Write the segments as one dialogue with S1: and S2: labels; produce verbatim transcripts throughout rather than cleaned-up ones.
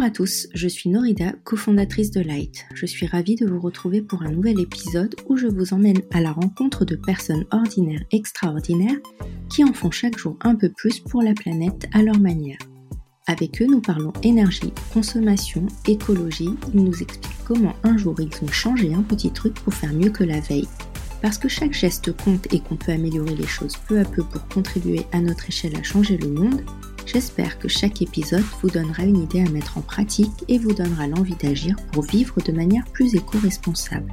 S1: à tous, je suis Norida, cofondatrice de Light. Je suis ravie de vous retrouver pour un nouvel épisode où je vous emmène à la rencontre de personnes ordinaires extraordinaires qui en font chaque jour un peu plus pour la planète à leur manière. Avec eux, nous parlons énergie, consommation, écologie. Ils nous expliquent comment un jour ils ont changé un petit truc pour faire mieux que la veille. Parce que chaque geste compte et qu'on peut améliorer les choses peu à peu pour contribuer à notre échelle à changer le monde, j'espère que chaque épisode vous donnera une idée à mettre en pratique et vous donnera l'envie d'agir pour vivre de manière plus éco-responsable.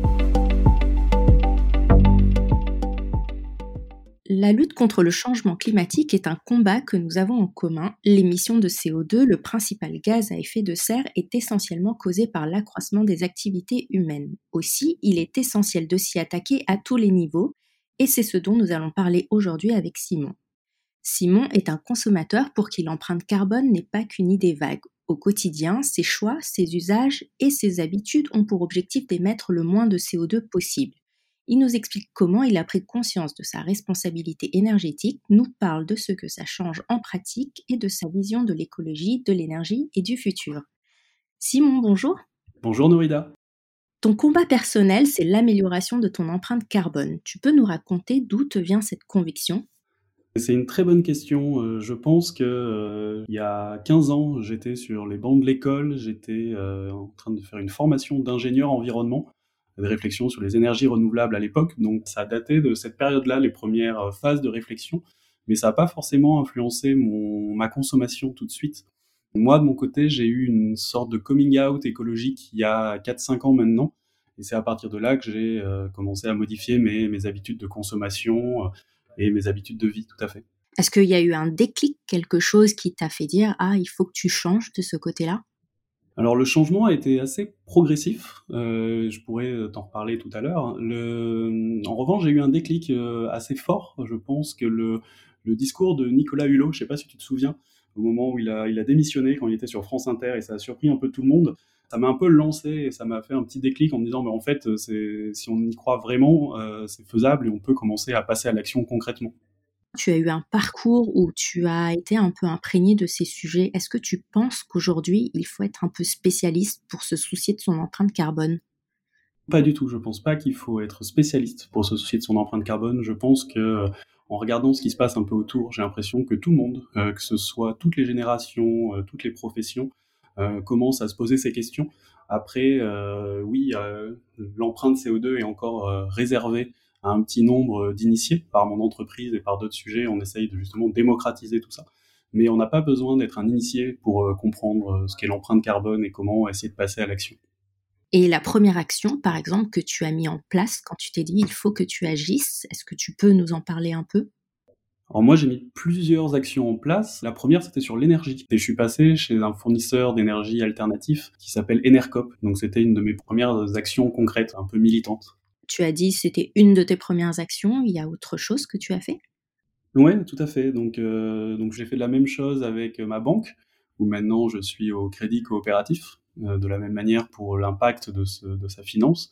S1: La lutte contre le changement climatique est un combat que nous avons en commun. L'émission de C O deux, le principal gaz à effet de serre, est essentiellement causée par l'accroissement des activités humaines. Aussi, il est essentiel de s'y attaquer à tous les niveaux, et c'est ce dont nous allons parler aujourd'hui avec Simon. Simon est un consommateur pour qui l'empreinte carbone n'est pas qu'une idée vague. Au quotidien, ses choix, ses usages et ses habitudes ont pour objectif d'émettre le moins de C O deux possible. Il nous explique comment il a pris conscience de sa responsabilité énergétique, nous parle de ce que ça change en pratique et de sa vision de l'écologie, de l'énergie et du futur. Simon, bonjour.
S2: Bonjour Norida.
S1: Ton combat personnel, c'est l'amélioration de ton empreinte carbone. Tu peux nous raconter d'où te vient cette conviction ?
S2: C'est une très bonne question. Je pense que euh, il y a quinze ans, j'étais sur les bancs de l'école, j'étais euh, en train de faire une formation d'ingénieur environnement, des réflexions sur les énergies renouvelables à l'époque, donc ça datait de cette période-là, les premières phases de réflexion, mais ça n'a pas forcément influencé mon, ma consommation tout de suite. Moi, de mon côté, j'ai eu une sorte de coming out écologique il y a quatre cinq ans maintenant, et c'est à partir de là que j'ai euh, commencé à modifier mes, mes habitudes de consommation euh, et mes habitudes de vie, tout à fait.
S1: Est-ce qu'il y a eu un déclic, quelque chose qui t'a fait dire « Ah, il faut que tu changes de ce côté-là » ?
S2: Alors le changement a été assez progressif, euh, je pourrais t'en reparler tout à l'heure. Le... En revanche, j'ai eu un déclic euh, assez fort. Je pense que le, le discours de Nicolas Hulot, je ne sais pas si tu te souviens, au moment où il a, il a démissionné, quand il était sur France Inter, et ça a surpris un peu tout le monde, ça m'a un peu lancé et ça m'a fait un petit déclic en me disant mais en fait, c'est, si on y croit vraiment, euh, c'est faisable et on peut commencer à passer à l'action concrètement.
S1: Tu as eu un parcours où tu as été un peu imprégné de ces sujets. Est-ce que tu penses qu'aujourd'hui, il faut être un peu spécialiste pour se soucier de son empreinte carbone ?
S2: Pas du tout, je pense pas qu'il faut être spécialiste pour se soucier de son empreinte carbone. Je pense que, en regardant ce qui se passe un peu autour, j'ai l'impression que tout le monde, euh, que ce soit toutes les générations, euh, toutes les professions, euh, commencent à se poser ces questions. Après, euh, oui, euh, l'empreinte C O deux est encore euh, réservée à un petit nombre d'initiés par mon entreprise et par d'autres sujets. On essaye de justement démocratiser tout ça. Mais on n'a pas besoin d'être un initié pour euh, comprendre euh, ce qu'est l'empreinte carbone et comment essayer de passer à l'action.
S1: Et la première action, par exemple, que tu as mis en place quand tu t'es dit « il faut que tu agisses », est-ce que tu peux nous en parler un peu ?
S2: Alors moi, j'ai mis plusieurs actions en place. La première, c'était sur l'énergie. Et je suis passé chez un fournisseur d'énergie alternatif qui s'appelle Enercop. Donc c'était une de mes premières actions concrètes, un peu militantes.
S1: Tu as dit que c'était une de tes premières actions. Il y a autre chose que tu as fait ?
S2: Oui, tout à fait. Donc, euh, donc j'ai fait la même chose avec ma banque, où maintenant je suis au crédit coopératif, euh, de la même manière pour l'impact de, ce, de sa finance.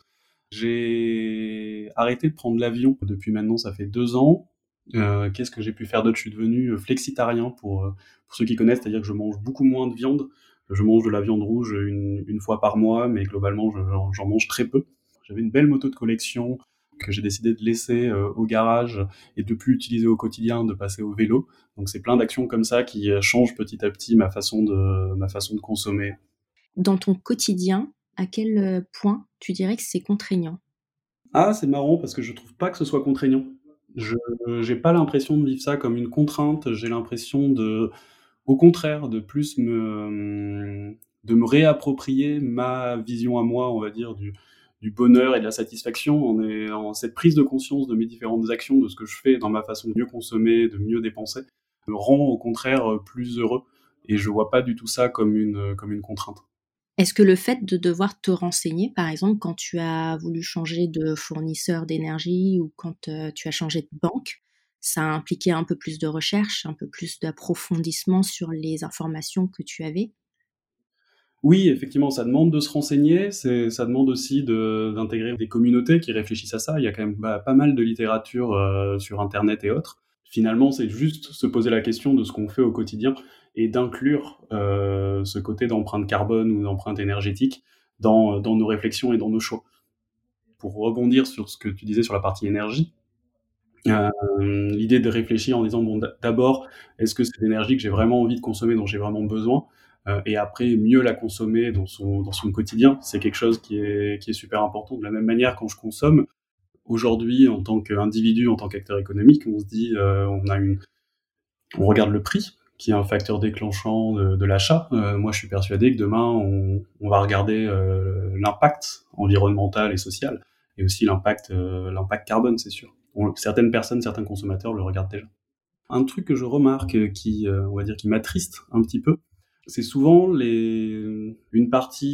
S2: J'ai arrêté de prendre l'avion depuis maintenant, ça fait deux ans. Euh, qu'est-ce que j'ai pu faire d'autre ? Je suis devenu flexitarien pour, pour ceux qui connaissent, c'est-à-dire que je mange beaucoup moins de viande. Je mange de la viande rouge une, une fois par mois, mais globalement, je, j'en, j'en mange très peu. J'avais une belle moto de collection que j'ai décidé de laisser euh, au garage et de plus utiliser au quotidien, de passer au vélo. Donc c'est plein d'actions comme ça qui changent petit à petit ma façon de, ma façon de consommer.
S1: Dans ton quotidien, à quel point tu dirais que c'est contraignant ?
S2: Ah, c'est marrant parce que je trouve pas que ce soit contraignant. Je j'ai pas l'impression de vivre ça comme une contrainte, j'ai l'impression de, au contraire, de plus me, de me réapproprier ma vision à moi, on va dire, du, du bonheur et de la satisfaction. On est en cette prise de conscience de mes différentes actions, de ce que je fais dans ma façon de mieux consommer, de mieux dépenser, me rend au contraire plus heureux. Et je vois pas du tout ça comme une, comme une contrainte.
S1: Est-ce que le fait de devoir te renseigner, par exemple, quand tu as voulu changer de fournisseur d'énergie ou quand euh, tu as changé de banque, ça a impliqué un peu plus de recherche, un peu plus d'approfondissement sur les informations que tu avais ?
S2: Oui, effectivement, ça demande de se renseigner, c'est, ça demande aussi de, d'intégrer des communautés qui réfléchissent à ça. Il y a quand même bah, pas mal de littérature euh, sur Internet et autres. Finalement, c'est juste se poser la question de ce qu'on fait au quotidien et d'inclure euh, ce côté d'empreinte carbone ou d'empreinte énergétique dans, dans nos réflexions et dans nos choix. Pour rebondir sur ce que tu disais sur la partie énergie, euh, l'idée de réfléchir en disant, bon, d'abord, est-ce que c'est l'énergie que j'ai vraiment envie de consommer, dont j'ai vraiment besoin, euh, et après, mieux la consommer dans son, dans son quotidien, c'est quelque chose qui est, qui est super important. De la même manière, quand je consomme, aujourd'hui, en tant qu'individu, en tant qu'acteur économique, on se dit, euh, on a une, on regarde le prix, qui est un facteur déclenchant de, de l'achat. Euh, moi, je suis persuadé que demain, on, on va regarder euh, l'impact environnemental et social, et aussi l'impact, euh, l'impact carbone, c'est sûr. On, certaines personnes, certains consommateurs le regardent déjà. Un truc que je remarque qui, euh, on va dire, qui m'attriste un petit peu, c'est souvent les, une partie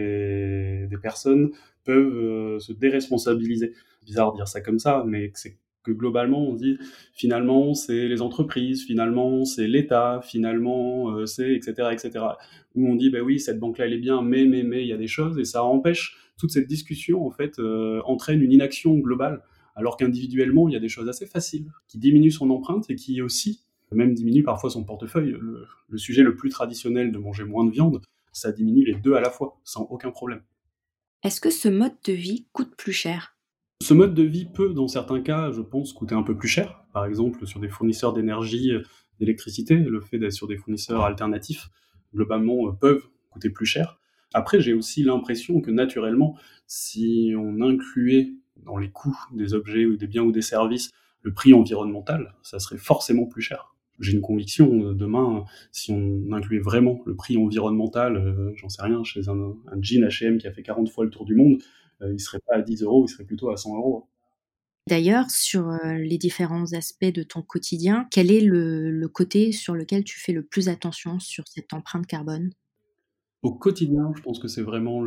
S2: des, des personnes peuvent euh, se déresponsabiliser. C'est bizarre de dire ça comme ça, mais c'est que globalement on dit finalement c'est les entreprises, finalement c'est l'État, finalement euh, c'est et cetera et cetera. Où on dit bah oui cette banque là elle est bien, mais mais mais il y a des choses et ça empêche toute cette discussion en fait euh, entraîne une inaction globale. Alors qu'individuellement il y a des choses assez faciles qui diminuent son empreinte et qui aussi même diminue parfois son portefeuille. Le, le sujet le plus traditionnel de manger moins de viande, ça diminue les deux à la fois, sans aucun problème.
S1: Est-ce que ce mode de vie coûte plus cher?
S2: Ce mode de vie peut, dans certains cas, je pense, coûter un peu plus cher. Par exemple, sur des fournisseurs d'énergie, euh, d'électricité, le fait d'être sur des fournisseurs alternatifs, globalement, euh, peuvent coûter plus cher. Après, j'ai aussi l'impression que naturellement, si on incluait dans les coûts des objets ou des biens ou des services le prix environnemental, ça serait forcément plus cher. J'ai une conviction, euh, demain, si on incluait vraiment le prix environnemental, euh, j'en sais rien, chez un, un jean H et M qui a fait quarante fois le tour du monde, euh, il ne serait pas à dix euros, il serait plutôt à cent euros.
S1: D'ailleurs, sur euh, les différents aspects de ton quotidien, quel est le, le côté sur lequel tu fais le plus attention sur cette empreinte carbone?
S2: Au quotidien, je pense que c'est vraiment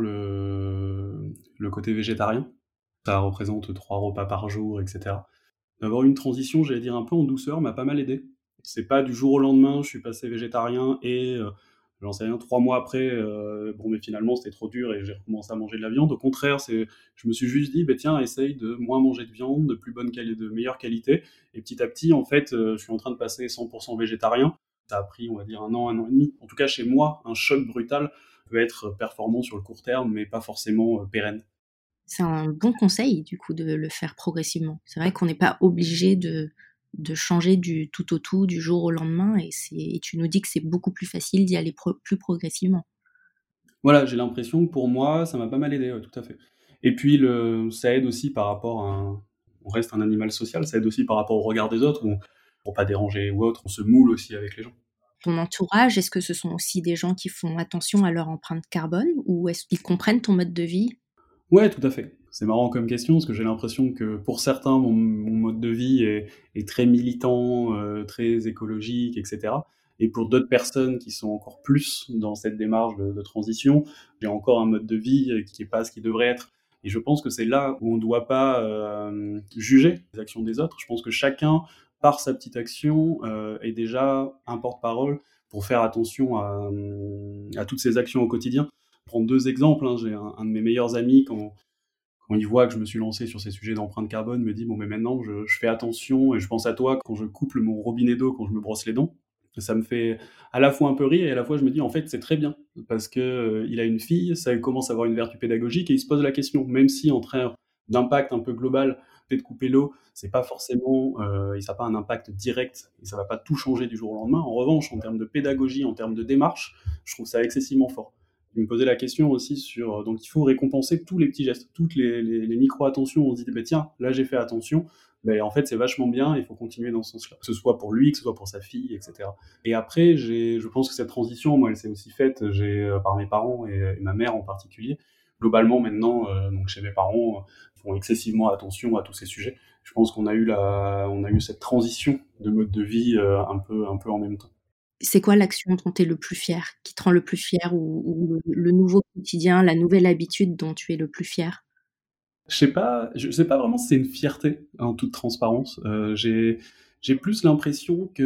S2: le, le côté végétarien. Ça représente trois repas par jour, et cetera. D'avoir une transition, j'allais dire un peu en douceur, m'a pas mal aidé. C'est pas du jour au lendemain, je suis passé végétarien et euh, j'en sais rien, trois mois après, euh, bon, mais finalement c'était trop dur et j'ai recommencé à manger de la viande. Au contraire, c'est, je me suis juste dit, bah, tiens, essaye de moins manger de viande, de plus bonne qualité, de meilleure qualité. Et petit à petit, en fait, euh, je suis en train de passer cent pour cent végétarien. Ça a pris, on va dire, un an, un an et demi. En tout cas, chez moi, un choc brutal peut être performant sur le court terme, mais pas forcément euh, pérenne.
S1: C'est un bon conseil, du coup, de le faire progressivement. C'est vrai qu'on n'est pas obligé de, de changer du tout au tout, du jour au lendemain, et, c'est, et tu nous dis que c'est beaucoup plus facile d'y aller pro- plus progressivement.
S2: Voilà, j'ai l'impression que pour moi, ça m'a pas mal aidé, ouais, tout à fait. Et puis, le, ça aide aussi par rapport à un, on reste un animal social, ça aide aussi par rapport au regard des autres, où, pour pas déranger ou autre, on se moule aussi avec les gens.
S1: Ton entourage, est-ce que ce sont aussi des gens qui font attention à leur empreinte carbone ou est-ce qu'ils comprennent ton mode de vie?
S2: Ouais, tout à fait. C'est marrant comme question, parce que j'ai l'impression que pour certains, mon, mon mode de vie est, est très militant, euh, très écologique, et cetera. Et pour d'autres personnes qui sont encore plus dans cette démarche de, de transition, j'ai encore un mode de vie euh, qui n'est pas ce qui devrait être. Et je pense que c'est là où on ne doit pas euh, juger les actions des autres. Je pense que chacun, par sa petite action, euh, est déjà un porte-parole pour faire attention à, à toutes ces actions au quotidien. Prendre deux exemples, hein. J'ai un, un de mes meilleurs amis, quand, quand il voit que je me suis lancé sur ces sujets d'empreinte carbone, me dit bon mais maintenant je, je fais attention et je pense à toi quand je couple mon robinet d'eau, quand je me brosse les dents. Ça me fait à la fois un peu rire et à la fois je me dis en fait c'est très bien parce que euh, il a une fille, ça commence à avoir une vertu pédagogique et il se pose la question, même si en termes d'impact un peu global, peut de couper l'eau, c'est pas forcément, euh, ça n'a pas un impact direct et ça va pas tout changer du jour au lendemain. En revanche, en termes de pédagogie, en termes de démarche, je trouve ça excessivement fort. Il me posait la question aussi sur, donc il faut récompenser tous les petits gestes, toutes les, les, les micro-attentions. On se dit, bah, tiens, là j'ai fait attention, mais en fait c'est vachement bien, il faut continuer dans ce sens-là. Que ce soit pour lui, que ce soit pour sa fille, et cetera. Et après, j'ai, je pense que cette transition, moi, elle s'est aussi faite j'ai, euh, par mes parents et, et ma mère en particulier. Globalement, maintenant, euh, donc chez mes parents, euh, font excessivement attention à tous ces sujets. Je pense qu'on a eu, la, on a eu cette transition de mode de vie euh, un, peu, un peu en même temps.
S1: C'est quoi l'action dont tu es le plus fier, qui te rend le plus fier, ou, ou le, le nouveau quotidien, la nouvelle habitude dont tu es le plus fier?
S2: Je sais pas, je sais pas vraiment si c'est une fierté, en toute transparence. Euh, j'ai, j'ai plus l'impression que,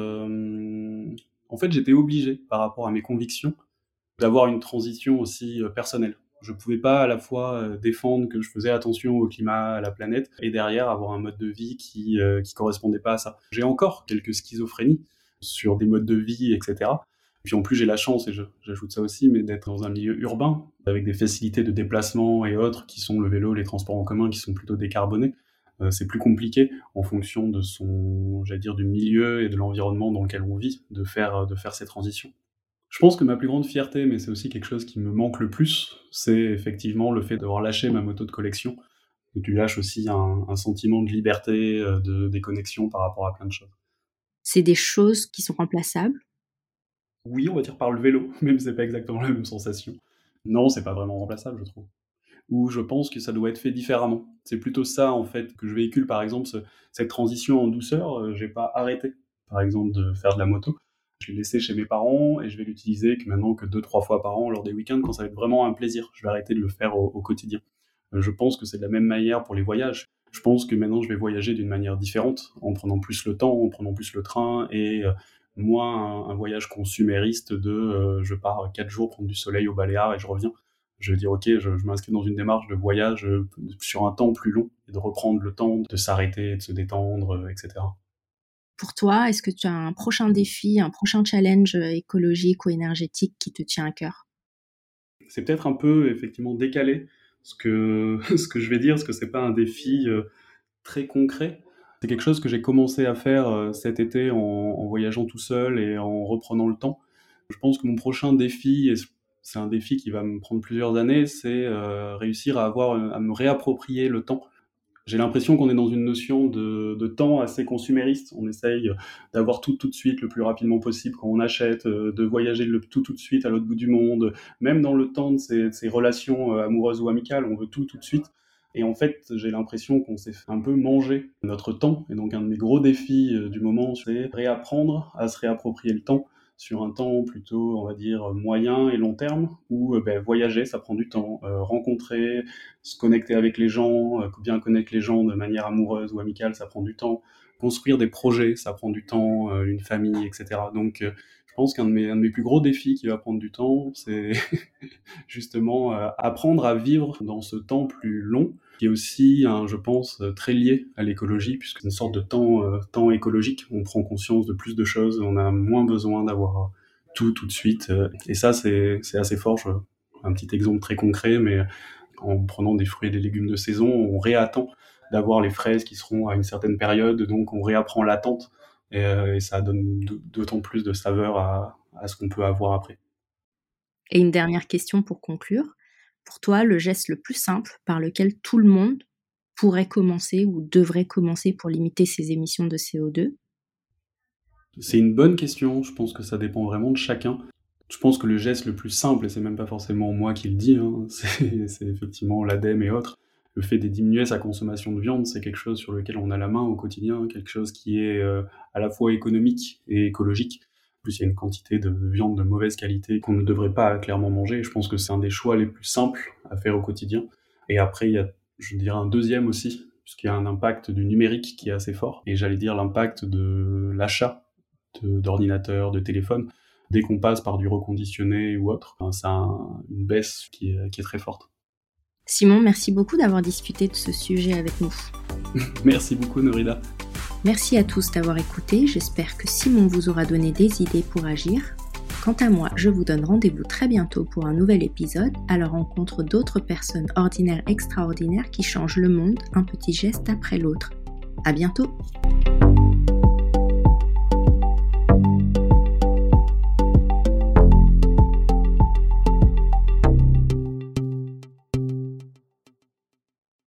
S2: euh, en fait, j'étais obligé, par rapport à mes convictions, d'avoir une transition aussi euh, personnelle. Je pouvais pas à la fois euh, défendre que je faisais attention au climat, à la planète, et derrière avoir un mode de vie qui, euh, qui correspondait pas à ça. J'ai encore quelques schizophrénies sur des modes de vie, et cetera. Puis en plus, j'ai la chance, et je, j'ajoute ça aussi, mais d'être dans un milieu urbain, avec des facilités de déplacement et autres, qui sont le vélo, les transports en commun, qui sont plutôt décarbonés. Euh, c'est plus compliqué, en fonction de son, j'allais dire, du milieu et de l'environnement dans lequel on vit, de faire, de faire ces transitions. Je pense que ma plus grande fierté, mais c'est aussi quelque chose qui me manque le plus, c'est effectivement le fait d'avoir lâché ma moto de collection. Et tu lâches aussi un, un sentiment de liberté, de déconnexion par rapport à plein de choses.
S1: C'est des choses qui sont remplaçables?
S2: Oui, on va dire par le vélo, même si c'est pas exactement la même sensation. Non, c'est pas vraiment remplaçable, je trouve. Ou je pense que ça doit être fait différemment. C'est plutôt ça, en fait, que je véhicule, par exemple, ce, cette transition en douceur. Euh, j'ai pas arrêté, par exemple, de faire de la moto. Je l'ai laissé chez mes parents et je vais l'utiliser que maintenant que deux, trois fois par an lors des week-ends quand ça va être vraiment un plaisir. Je vais arrêter de le faire au, au quotidien. Euh, je pense que c'est de la même manière pour les voyages. Je pense que maintenant je vais voyager d'une manière différente, en prenant plus le temps, en prenant plus le train et euh, moins un, un voyage consumériste de euh, je pars quatre jours prendre du soleil au Baléares et je reviens. Je vais dire ok, je, je m'inscris dans une démarche de voyage euh, sur un temps plus long et de reprendre le temps de s'arrêter, de se détendre, euh, et cetera.
S1: Pour toi, est-ce que tu as un prochain défi, un prochain challenge écologique ou énergétique qui te tient à cœur?
S2: C'est peut-être un peu effectivement décalé ce que, ce que je vais dire, parce que c'est pas un défi euh, très concret. C'est quelque chose que j'ai commencé à faire euh, cet été en, en voyageant tout seul et en reprenant le temps. Je pense que mon prochain défi, et c'est un défi qui va me prendre plusieurs années, c'est euh, réussir à avoir, à me réapproprier le temps. J'ai l'impression qu'on est dans une notion de, de temps assez consumériste. On essaye d'avoir tout tout de suite, le plus rapidement possible quand on achète, de voyager le tout tout de suite à l'autre bout du monde. Même dans le temps de ces, ces relations amoureuses ou amicales, on veut tout tout de suite. Et en fait, j'ai l'impression qu'on s'est un peu mangé notre temps. Et donc, un de mes gros défis du moment, c'est réapprendre à se réapproprier le temps sur un temps plutôt, on va dire, moyen et long terme, où euh, ben, voyager, ça prend du temps, euh, rencontrer, se connecter avec les gens, euh, bien connaître les gens de manière amoureuse ou amicale, ça prend du temps, construire des projets, ça prend du temps, euh, une famille, et cetera. Donc, euh, je pense qu'un de mes, un de mes plus gros défis qui va prendre du temps, c'est justement euh, apprendre à vivre dans ce temps plus long, qui est aussi, hein, je pense, très lié à l'écologie, puisque c'est une sorte de temps, euh, temps écologique. On prend conscience de plus de choses, on a moins besoin d'avoir tout tout de suite. Et ça, c'est, c'est assez fort. Je, un petit exemple très concret, mais en prenant des fruits et des légumes de saison, on réattend d'avoir les fraises qui seront à une certaine période, donc on réapprend l'attente, et, euh, et ça donne d'autant plus de saveur à, à ce qu'on peut avoir après.
S1: Et une dernière question pour conclure. Pour toi, le geste le plus simple par lequel tout le monde pourrait commencer ou devrait commencer pour limiter ses émissions de C O deux?
S2: C'est une bonne question, je pense que ça dépend vraiment de chacun. Je pense que le geste le plus simple, et c'est même pas forcément moi qui le dis, hein, c'est, c'est effectivement l'ADEME et autres, le fait de diminuer sa consommation de viande, c'est quelque chose sur lequel on a la main au quotidien, quelque chose qui est euh, à la fois économique et écologique. En plus, il y a une quantité de viande de mauvaise qualité qu'on ne devrait pas clairement manger. Je pense que c'est un des choix les plus simples à faire au quotidien. Et après, il y a, je dirais, un deuxième aussi, puisqu'il y a un impact du numérique qui est assez fort. Et j'allais dire l'impact de l'achat de, d'ordinateurs, de téléphones. Dès qu'on passe par du reconditionné ou autre, c'est un, une baisse qui est, qui est très forte.
S1: Simon, merci beaucoup d'avoir discuté de ce sujet avec nous.
S2: Merci beaucoup, Norida.
S1: Merci à tous d'avoir écouté. J'espère que Simon vous aura donné des idées pour agir. Quant à moi, je vous donne rendez-vous très bientôt pour un nouvel épisode à la rencontre d'autres personnes ordinaires extraordinaires qui changent le monde un petit geste après l'autre. À bientôt!